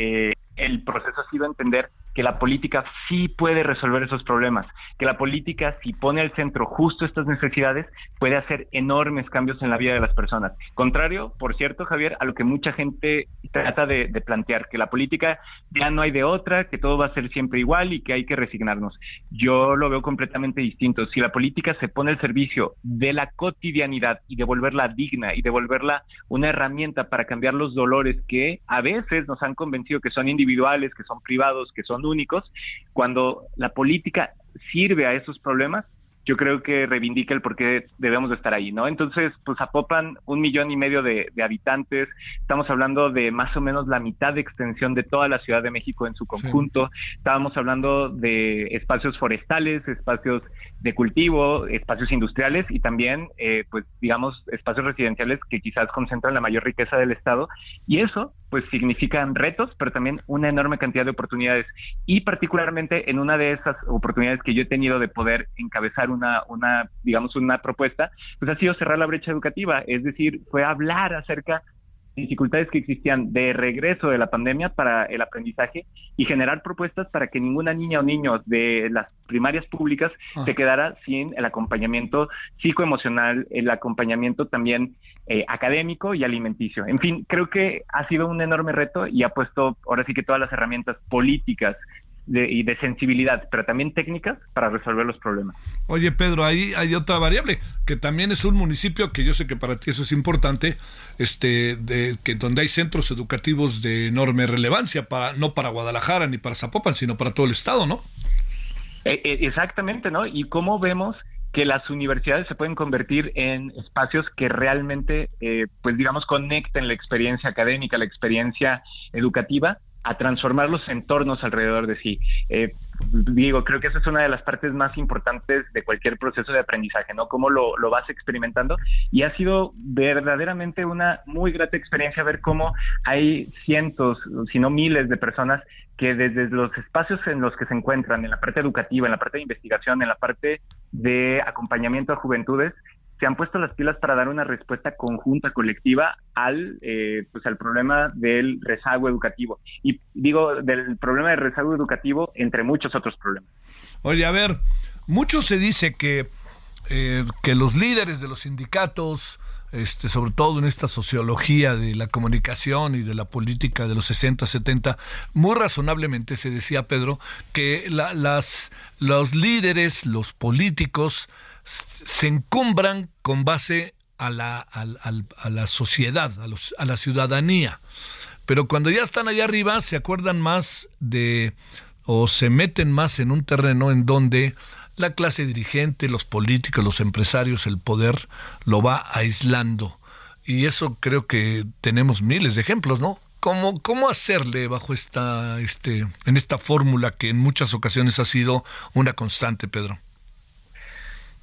Speaker 8: el proceso ha sido entender que la política sí puede resolver esos problemas, que la política, si pone al centro justo estas necesidades, puede hacer enormes cambios en la vida de las personas. Contrario, por cierto, Javier, a lo que mucha gente trata de plantear, que la política ya no hay de otra, que todo va a ser siempre igual y que hay que resignarnos. Yo lo veo completamente distinto. Si la política se pone al servicio de la cotidianidad y de volverla digna y de volverla una herramienta para cambiar los dolores que a veces nos han convencido que son individuales, que son privados, que son únicos, cuando la política sirve a esos problemas, yo creo que reivindica el por qué debemos de estar ahí, ¿no? Entonces, pues Zapopan, 1,5 millones de habitantes, estamos hablando de más o menos la mitad de extensión de toda la Ciudad de México en su conjunto, sí. Estábamos hablando de espacios forestales, espacios de cultivo, espacios industriales y también, pues digamos, espacios residenciales que quizás concentran la mayor riqueza del Estado, y eso, pues significan retos, pero también una enorme cantidad de oportunidades, y particularmente en una de esas oportunidades que yo he tenido de poder encabezar una propuesta, pues ha sido cerrar la brecha educativa, es decir, fue hablar acerca de dificultades que existían de regreso de la pandemia para el aprendizaje y generar propuestas para que ninguna niña o niño de las primarias públicas se quedara sin el acompañamiento psicoemocional, el acompañamiento también académico y alimenticio. En fin, creo que ha sido un enorme reto y ha puesto ahora sí que todas las herramientas políticas y de sensibilidad, pero también técnicas para resolver los problemas. Oye, Pedro, ahí hay otra variable, que también es un municipio que yo sé que para ti eso es importante, donde hay centros educativos de enorme relevancia, no para Guadalajara ni para Zapopan, sino para todo el estado, ¿no? Exactamente, ¿no? Y cómo vemos que las universidades se pueden convertir en espacios que realmente, pues digamos, conecten la experiencia académica, la experiencia educativa, a transformar los entornos alrededor de sí. Creo que esa es una de las partes más importantes de cualquier proceso de aprendizaje, ¿no? Cómo lo vas experimentando, y ha sido verdaderamente una muy grata experiencia ver cómo hay cientos, si no miles de personas que desde los espacios en los que se encuentran, en la parte educativa, en la parte de investigación, en la parte de acompañamiento a juventudes, se han puesto las pilas para dar una respuesta conjunta, colectiva al problema del rezago educativo. Y digo, del problema del rezago educativo entre muchos otros problemas. Oye, a ver, mucho se dice que los líderes de los sindicatos, sobre todo en esta sociología de la comunicación y de la política de los 60, 70, muy razonablemente se decía, Pedro, que los líderes, los políticos, se encumbran con base a la sociedad, a la ciudadanía, pero cuando ya están allá arriba se acuerdan más o se meten más en un terreno en donde la clase dirigente, los políticos, los empresarios, el poder lo va aislando, y eso creo que tenemos miles de ejemplos, ¿no? ¿Cómo hacerle bajo en esta fórmula que en muchas ocasiones ha sido una constante, Pedro?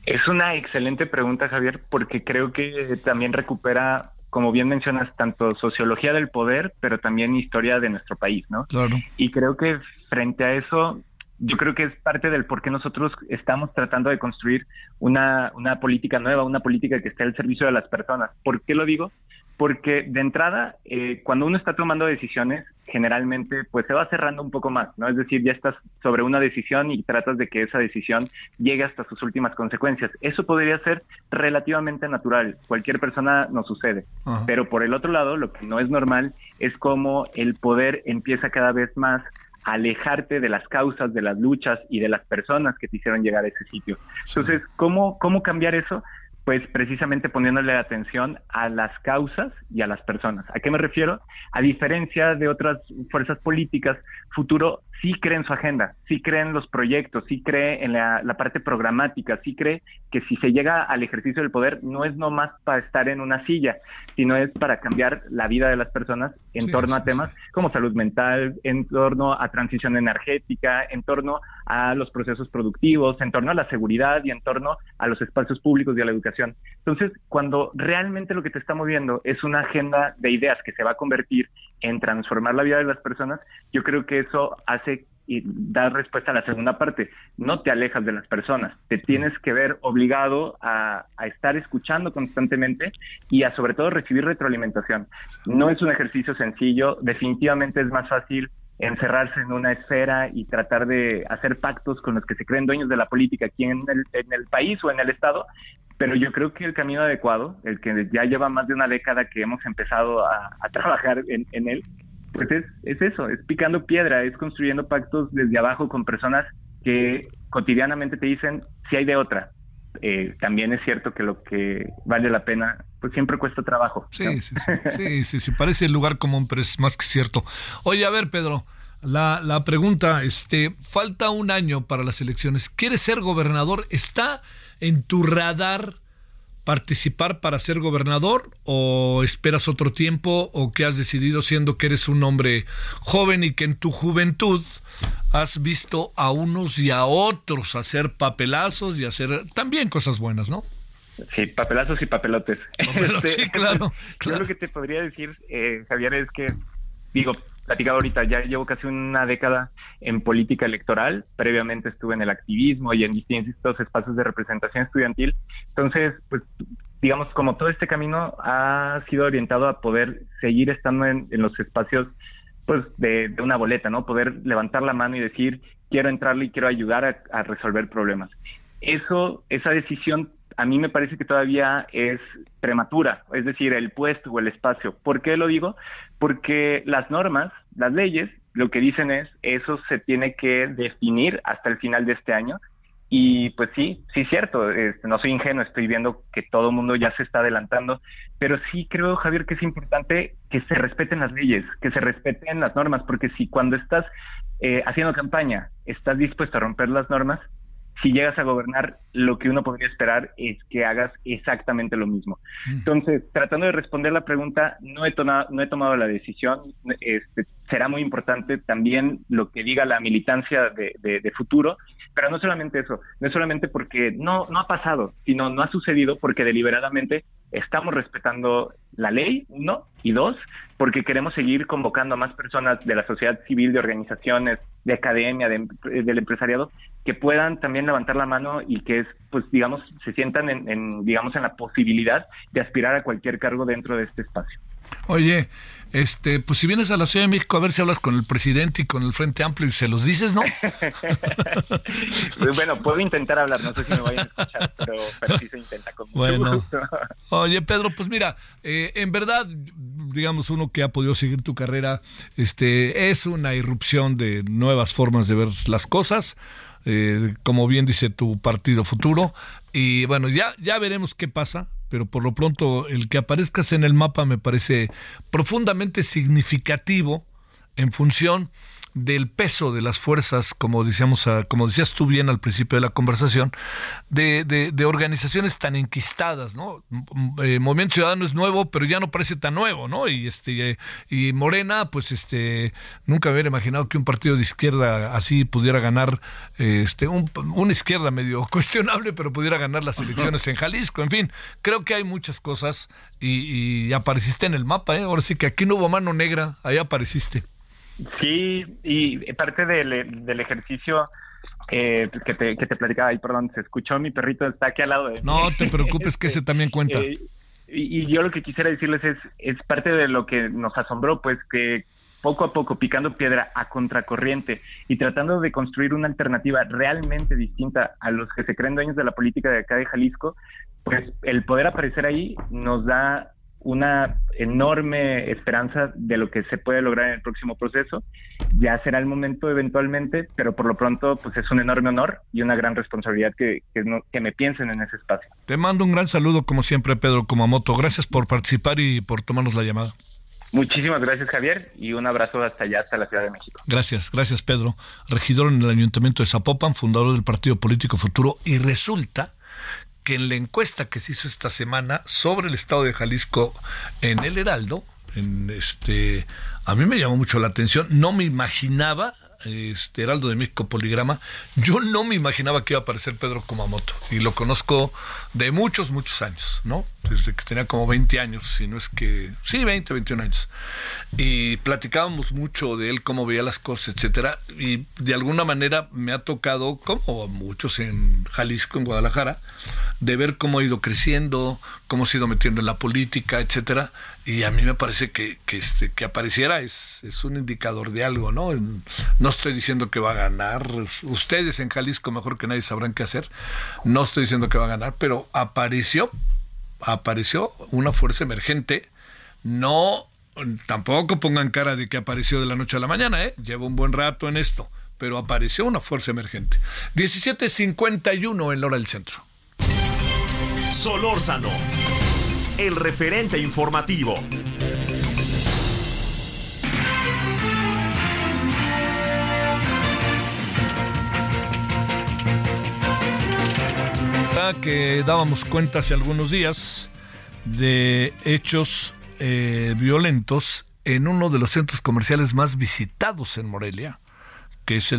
Speaker 8: Es una excelente pregunta, Javier, porque creo que también recupera, como bien mencionas, tanto sociología del poder, pero también historia de nuestro país, ¿no?
Speaker 4: Claro.
Speaker 8: Y creo que frente a eso, yo creo que es parte del por qué nosotros estamos tratando de construir una política nueva, una política que esté al servicio de las personas. ¿Por qué lo digo? Porque de entrada, cuando uno está tomando decisiones, generalmente pues se va cerrando un poco más, ¿no? Es decir, ya estás sobre una decisión y tratas de que esa decisión llegue hasta sus últimas consecuencias. Eso podría ser relativamente natural, cualquier persona nos sucede. Ajá. Pero por el otro lado, lo que no es normal es cómo el poder empieza cada vez más a alejarte de las causas, de las luchas y de las personas que te hicieron llegar a ese sitio. Entonces, ¿cómo cambiar eso? Pues precisamente poniéndole atención a las causas y a las personas. ¿A qué me refiero? A diferencia de otras fuerzas políticas, Futuro sí cree en su agenda, sí cree en los proyectos, sí cree en la parte programática, sí cree que si se llega al ejercicio del poder no es nomás para estar en una silla, sino es para cambiar la vida de las personas en torno a temas como salud mental, en torno a transición energética, en torno a los procesos productivos, en torno a la seguridad y en torno a los espacios públicos y a la educación. Entonces, cuando realmente lo que te está moviendo es una agenda de ideas que se va a convertir en transformar la vida de las personas, yo creo que eso hace y da respuesta a la segunda parte. No te alejas de las personas, te tienes que ver obligado a estar escuchando constantemente y a sobre todo recibir retroalimentación. No es un ejercicio sencillo, definitivamente es más fácil encerrarse en una esfera y tratar de hacer pactos con los que se creen dueños de la política aquí en el país o en el estado, pero yo creo que el camino adecuado, el que ya lleva más de una década que hemos empezado a trabajar en él, pues es eso, es picando piedra, es construyendo pactos desde abajo con personas que cotidianamente te dicen si hay de otra. También es cierto que lo que vale la pena pues siempre cuesta trabajo, ¿no?
Speaker 4: Sí, parece el lugar común, pero es más que cierto. Oye, a ver, Pedro, la pregunta, falta un año para las elecciones. ¿Quieres ser gobernador? ¿Está en tu radar participar para ser gobernador o esperas otro tiempo o que has decidido siendo que eres un hombre joven y que en tu juventud has visto a unos y a otros hacer papelazos y hacer también cosas buenas, ¿no?
Speaker 8: Sí, papelazos y papelotes.
Speaker 4: Sí, claro.
Speaker 8: Yo lo que te podría decir, Javier, es que, platicaba ahorita, ya llevo casi una década en política electoral, previamente estuve en el activismo y en distintos espacios de representación estudiantil, entonces, pues, digamos, como todo este camino ha sido orientado a poder seguir estando en los espacios, pues, de una boleta, ¿no? Poder levantar la mano y decir, quiero entrarle y quiero ayudar a resolver problemas. Esa decisión a mí me parece que todavía es prematura, es decir, el puesto o el espacio. ¿Por qué lo digo? Porque las normas, las leyes, lo que dicen es, eso se tiene que definir hasta el final de este año. Y pues sí, cierto, no soy ingenuo, estoy viendo que todo el mundo ya se está adelantando, pero sí creo, Javier, que es importante que se respeten las leyes, que se respeten las normas, porque si cuando estás haciendo campaña estás dispuesto a romper las normas, si llegas a gobernar, lo que uno podría esperar es que hagas exactamente lo mismo. Entonces, tratando de responder la pregunta, no he tomado la decisión. Será muy importante también lo que diga la militancia de Futuro, pero no solamente eso, no es solamente porque no ha pasado, sino no ha sucedido porque deliberadamente estamos respetando la ley, uno, y dos, porque queremos seguir convocando a más personas de la sociedad civil, de organizaciones, de academia, del empresariado, que puedan también levantar la mano y que se sientan en la posibilidad de aspirar a cualquier cargo dentro de este espacio.
Speaker 4: Oye, pues si vienes a la Ciudad de México, a ver si hablas con el presidente y con el Frente Amplio y se los dices, ¿no?
Speaker 8: Bueno, puedo intentar hablar, no sé si me vayan a escuchar, pero sí se intenta con mucho gusto.
Speaker 4: Oye, Pedro, pues mira, en verdad, digamos, uno que ha podido seguir tu carrera, es una irrupción de nuevas formas de ver las cosas, como bien dice tu partido Futuro, y bueno, ya veremos qué pasa. Pero por lo pronto el que aparezcas en el mapa me parece profundamente significativo en función del peso de las fuerzas, como decías tú bien al principio de la conversación, de organizaciones tan enquistadas, ¿no? Movimiento Ciudadano es nuevo, pero ya no parece tan nuevo, ¿no? Y Morena, pues nunca hubiera imaginado que un partido de izquierda así pudiera ganar, una izquierda medio cuestionable, pero pudiera ganar las elecciones en Jalisco. En fin, creo que hay muchas cosas y apareciste en el mapa, ¿eh? Ahora sí que aquí no hubo mano negra, ahí apareciste.
Speaker 8: Sí, y parte del ejercicio que te platicaba ahí, perdón, se escuchó, mi perrito está aquí al lado de mí.
Speaker 4: No te preocupes, que ese también cuenta.
Speaker 8: Y yo lo que quisiera decirles es parte de lo que nos asombró, pues que poco a poco, picando piedra a contracorriente y tratando de construir una alternativa realmente distinta a los que se creen dueños de la política de acá de Jalisco, pues el poder aparecer ahí nos da una enorme esperanza de lo que se puede lograr en el próximo proceso. Ya será el momento eventualmente, pero por lo pronto pues es un enorme honor y una gran responsabilidad que me piensen en ese espacio.
Speaker 4: Te mando un gran saludo como siempre, Pedro Kumamoto. Gracias por participar y por tomarnos la llamada.
Speaker 8: Muchísimas gracias, Javier, y un abrazo hasta allá, hasta la Ciudad de México.
Speaker 4: Gracias, Pedro. Regidor en el Ayuntamiento de Zapopan, fundador del Partido Político Futuro, y resulta que en la encuesta que se hizo esta semana sobre el estado de Jalisco en El Heraldo, a mí me llamó mucho la atención. No me imaginaba, Heraldo de México Poligrama, yo no me imaginaba que iba a aparecer Pedro Kumamoto, y lo conozco de muchos años, ¿no? Desde que tenía como 20 años, si no es que... Sí, 21 años. Y platicábamos mucho de él, cómo veía las cosas, etcétera, y de alguna manera me ha tocado, como a muchos en Jalisco, en Guadalajara, de ver cómo ha ido creciendo, cómo se ha ido metiendo en la política, etcétera, y a mí me parece que apareciera es un indicador de algo, ¿no? No estoy diciendo que va a ganar, ustedes en Jalisco mejor que nadie sabrán qué hacer, no estoy diciendo que va a ganar, pero apareció una fuerza emergente. No, tampoco pongan cara de que apareció de la noche a la mañana, lleva un buen rato en esto, pero apareció una fuerza emergente. 17:51 en la hora del centro.
Speaker 3: Solórzano, el referente informativo.
Speaker 4: Que dábamos cuenta hace algunos días de hechos violentos en uno de los centros comerciales más visitados en Morelia, que es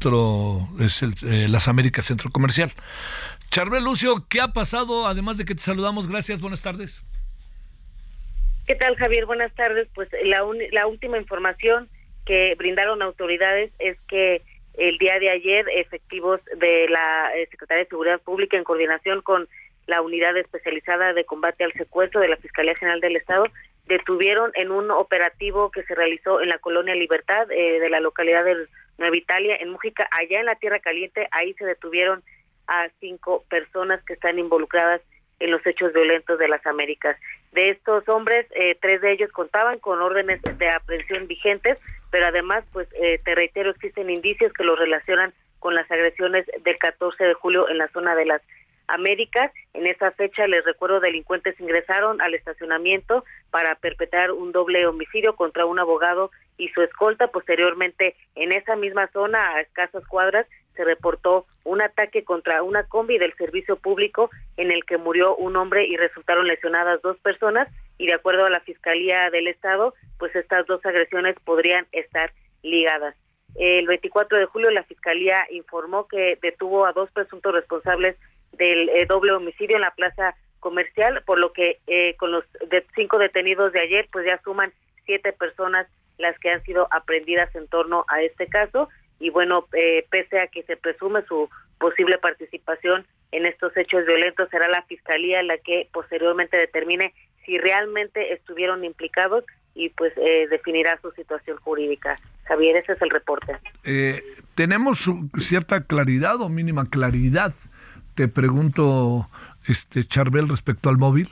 Speaker 4: Las Américas Centro Comercial. Charbel Lucio, ¿qué ha pasado? Además de que te saludamos, gracias, buenas tardes.
Speaker 9: ¿Qué tal, Javier? Buenas tardes. Pues la última información que brindaron autoridades es que el día de ayer, efectivos de la Secretaría de Seguridad Pública, en coordinación con la Unidad Especializada de Combate al Secuestro de la Fiscalía General del Estado, detuvieron en un operativo que se realizó en la Colonia Libertad, de la localidad de Nueva Italia, en Mújica, allá en la Tierra Caliente. Ahí se detuvieron a 5 personas que están involucradas en los hechos violentos de las Américas. De estos hombres, 3 de ellos contaban con órdenes de aprehensión vigentes, pero además, pues te reitero, existen indicios que los relacionan con las agresiones del 14 de julio en la zona de las Américas. En esa fecha, les recuerdo, delincuentes ingresaron al estacionamiento para perpetrar un doble homicidio contra un abogado y su escolta. Posteriormente, en esa misma zona, a escasas cuadras, se reportó un ataque contra una combi del servicio público en el que murió un hombre y resultaron lesionadas 2 personas, y de acuerdo a la Fiscalía del Estado, pues estas 2 agresiones podrían estar ligadas. El 24 de julio la Fiscalía informó que detuvo a 2 presuntos responsables del doble homicidio en la plaza comercial, por lo que con los 5 detenidos de ayer, pues ya suman 7 personas las que han sido aprehendidas en torno a este caso. Y bueno, pese a que se presume su posible participación en estos hechos violentos, será la Fiscalía la que posteriormente determine si realmente estuvieron implicados y pues definirá su situación jurídica. Javier, ese es el reporte.
Speaker 4: ¿Tenemos cierta claridad o mínima claridad? Te pregunto, Charbel, respecto al móvil.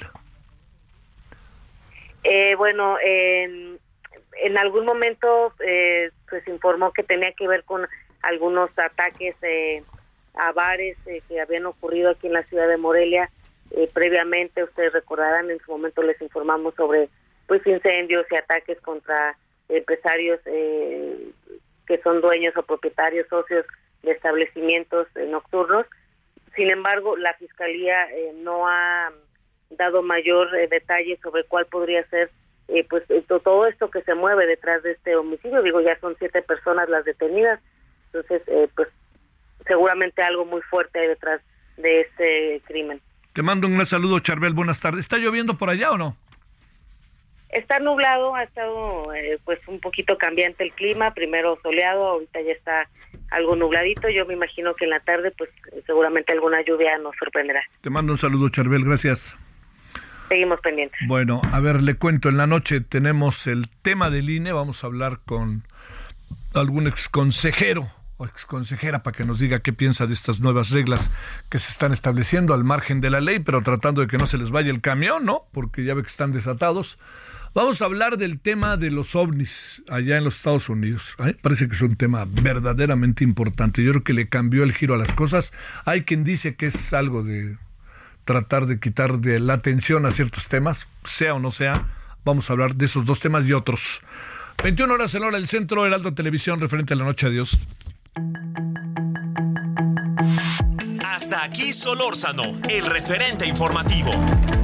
Speaker 9: Bueno, en algún momento pues informó que tenía que ver con algunos ataques a bares que habían ocurrido aquí en la ciudad de Morelia. Previamente, ustedes recordarán, en su momento les informamos sobre pues incendios y ataques contra empresarios que son dueños o propietarios, socios de establecimientos nocturnos. Sin embargo, la Fiscalía no ha dado mayor detalle sobre cuál podría ser pues todo esto que se mueve detrás de este homicidio. Digo, ya son 7 personas las detenidas, entonces pues seguramente algo muy fuerte hay detrás de este crimen.
Speaker 4: Te mando un saludo, Charbel, buenas tardes. ¿Está lloviendo por allá o no?
Speaker 9: Está nublado, ha estado pues un poquito cambiante el clima, primero soleado, ahorita ya está algo nubladito. Yo me imagino que en la tarde pues seguramente alguna lluvia nos sorprenderá.
Speaker 4: Te mando un saludo, Charbel, gracias.
Speaker 9: Seguimos pendientes.
Speaker 4: Bueno, a ver, le cuento, en la noche tenemos el tema del INE, vamos a hablar con algún exconsejero o exconsejera para que nos diga qué piensa de estas nuevas reglas que se están estableciendo al margen de la ley, pero tratando de que no se les vaya el camión, ¿no? Porque ya ve que están desatados. Vamos a hablar del tema de los ovnis allá en los Estados Unidos. Parece que es un tema verdaderamente importante. Yo creo que le cambió el giro a las cosas. Hay quien dice que es algo de tratar de quitar de la atención a ciertos temas, sea o no sea. Vamos a hablar de esos dos temas y otros. 21 horas en hora del centro, Heraldo Televisión, referente a la noche. Adiós.
Speaker 3: Hasta aquí Solórzano, el referente informativo.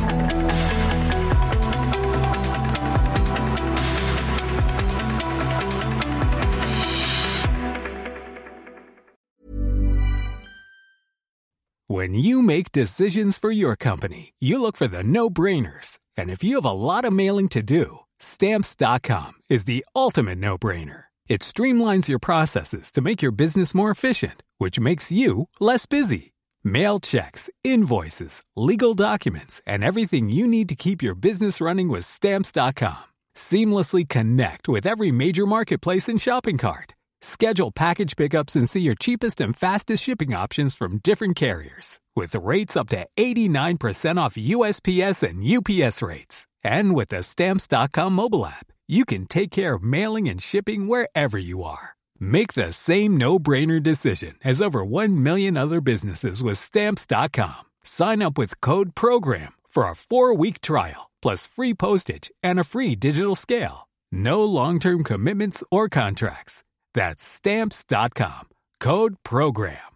Speaker 10: When you make decisions for your company, you look for the no-brainers. And if you have a lot of mailing to do, Stamps.com is the ultimate no-brainer. It streamlines your processes to make your business more efficient, which makes you less busy. Mail checks, invoices, legal documents, and everything you need to keep your business running with Stamps.com. Seamlessly connect with every major marketplace and shopping cart. Schedule package pickups and see your cheapest and fastest shipping options from different carriers, with rates up to 89% off USPS and UPS rates. And with the Stamps.com mobile app, you can take care of mailing and shipping wherever you are. Make the same no-brainer decision as over 1 million other businesses with Stamps.com. Sign up with code PROGRAM for a 4-week trial, plus free postage and a free digital scale. No long-term commitments or contracts. That's Stamps.com. Code PROGRAM.